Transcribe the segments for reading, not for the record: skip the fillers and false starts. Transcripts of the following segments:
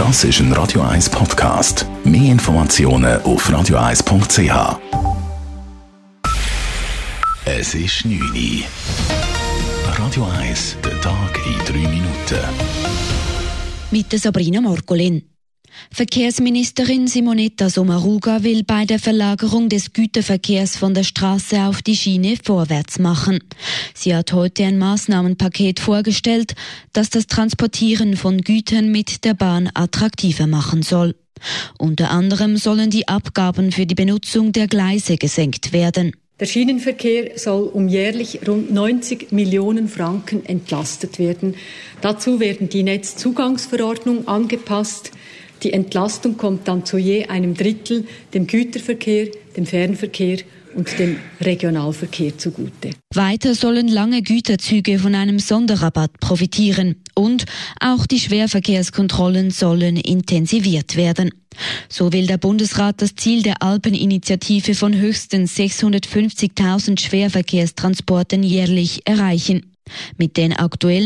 Das ist ein Radio 1 Podcast. Mehr Informationen auf radio1.ch. Es ist 9 Uhr. Radio 1, der Tag in 3 Minuten. Mit der Sabrina Morgolin. Verkehrsministerin Simonetta Sommaruga will bei der Verlagerung des Güterverkehrs von der Straße auf die Schiene vorwärts machen. Sie hat heute ein Maßnahmenpaket vorgestellt, das das Transportieren von Gütern mit der Bahn attraktiver machen soll. Unter anderem sollen die Abgaben für die Benutzung der Gleise gesenkt werden. Der Schienenverkehr soll um jährlich rund 90 Millionen Franken entlastet werden. Dazu werden die Netzzugangsverordnung angepasst. Die Entlastung kommt dann zu je einem Drittel dem Güterverkehr, dem Fernverkehr und dem Regionalverkehr zugute. Weiter sollen lange Güterzüge von einem Sonderrabatt profitieren und auch die Schwerverkehrskontrollen sollen intensiviert werden. So will der Bundesrat das Ziel der Alpeninitiative von höchstens 650.000 Schwerverkehrstransporten jährlich erreichen. Mit den aktuell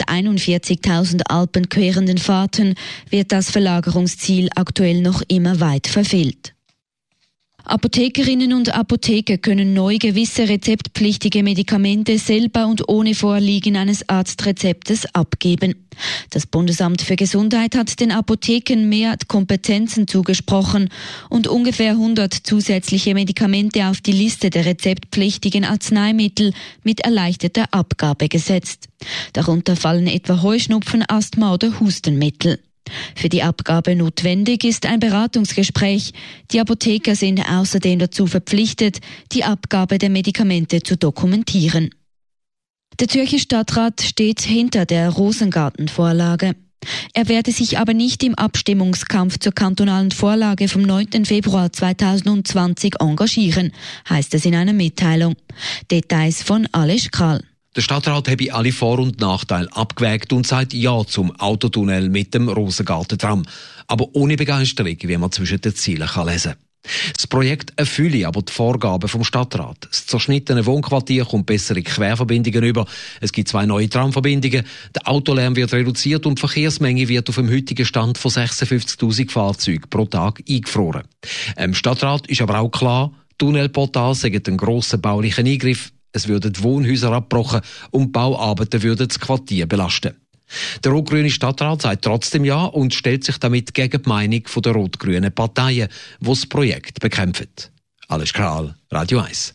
941.000 alpenquerenden Fahrten wird das Verlagerungsziel aktuell noch immer weit verfehlt. Apothekerinnen und Apotheker können neu gewisse rezeptpflichtige Medikamente selber und ohne Vorliegen eines Arztrezeptes abgeben. Das Bundesamt für Gesundheit hat den Apotheken mehr Kompetenzen zugesprochen und ungefähr 100 zusätzliche Medikamente auf die Liste der rezeptpflichtigen Arzneimittel mit erleichterter Abgabe gesetzt. Darunter fallen etwa Heuschnupfen, Asthma oder Hustenmittel. Für die Abgabe notwendig ist ein Beratungsgespräch. Die Apotheker sind außerdem dazu verpflichtet, die Abgabe der Medikamente zu dokumentieren. Der Zürcher Stadtrat steht hinter der Rosengarten-Vorlage. Er werde sich aber nicht im Abstimmungskampf zur kantonalen Vorlage vom 9. Februar 2020 engagieren, heisst es in einer Mitteilung. Details von Alex Kral. Der Stadtrat habe alle Vor- und Nachteile abgewägt und sagt Ja zum Autotunnel mit dem Rosengarten-Tram. Aber ohne Begeisterung, wie man zwischen den Zielen lesen kann. Das Projekt erfülle aber die Vorgaben vom Stadtrat. Das zerschnittene Wohnquartier kommt bessere Querverbindungen über. Es gibt 2 neue Tramverbindungen. Der Autolärm wird reduziert und die Verkehrsmenge wird auf dem heutigen Stand von 56.000 Fahrzeugen pro Tag eingefroren. Im Stadtrat ist aber auch klar, Tunnelportal sagen einen grossen baulichen Eingriff. Es würden die Wohnhäuser abgebrochen und Bauarbeiten würden das Quartier belasten. Der rot-grüne Stadtrat sagt trotzdem Ja und stellt sich damit gegen die Meinung der rot-grünen Parteien, die das Projekt bekämpfen. Alles Kral, Radio 1.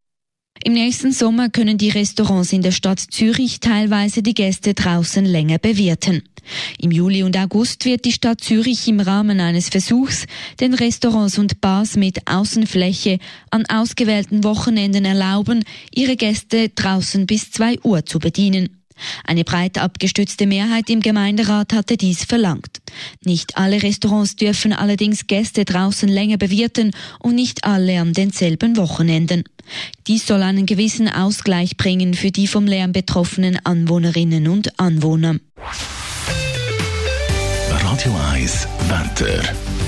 Im nächsten Sommer können die Restaurants in der Stadt Zürich teilweise die Gäste draußen länger bewirten. Im Juli und August wird die Stadt Zürich im Rahmen eines Versuchs den Restaurants und Bars mit Außenfläche an ausgewählten Wochenenden erlauben, ihre Gäste draußen bis 2 Uhr zu bedienen. Eine breit abgestützte Mehrheit im Gemeinderat hatte dies verlangt. Nicht alle Restaurants dürfen allerdings Gäste draußen länger bewirten und nicht alle an denselben Wochenenden. Dies soll einen gewissen Ausgleich bringen für die vom Lärm betroffenen Anwohnerinnen und Anwohner. Radio 1 Wetter.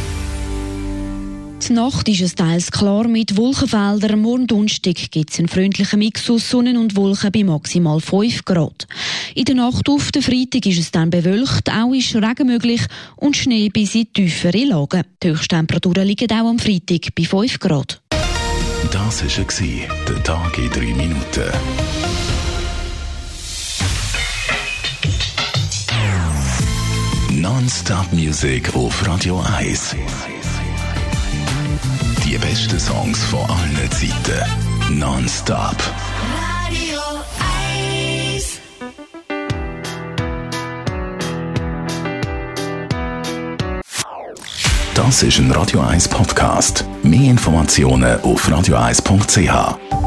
Die Nacht ist es teils klar mit Wolkenfeldern. Morgen Donnerstag gibt es einen freundlichen Mix aus Sonne und Wolken bei maximal 5 Grad. In der Nacht auf den Freitag ist es dann bewölkt, auch ist Regen möglich und Schnee bis in tiefere Lagen. Die Höchsttemperaturen liegen auch am Freitag bei 5 Grad. Das war der Tag in 3 Minuten. Non-Stop Music auf Radio 1. Die besten Songs von allen Zeiten. Non-Stop. Radio 1. Das ist ein Radio 1 Podcast. Mehr Informationen auf radio1.ch.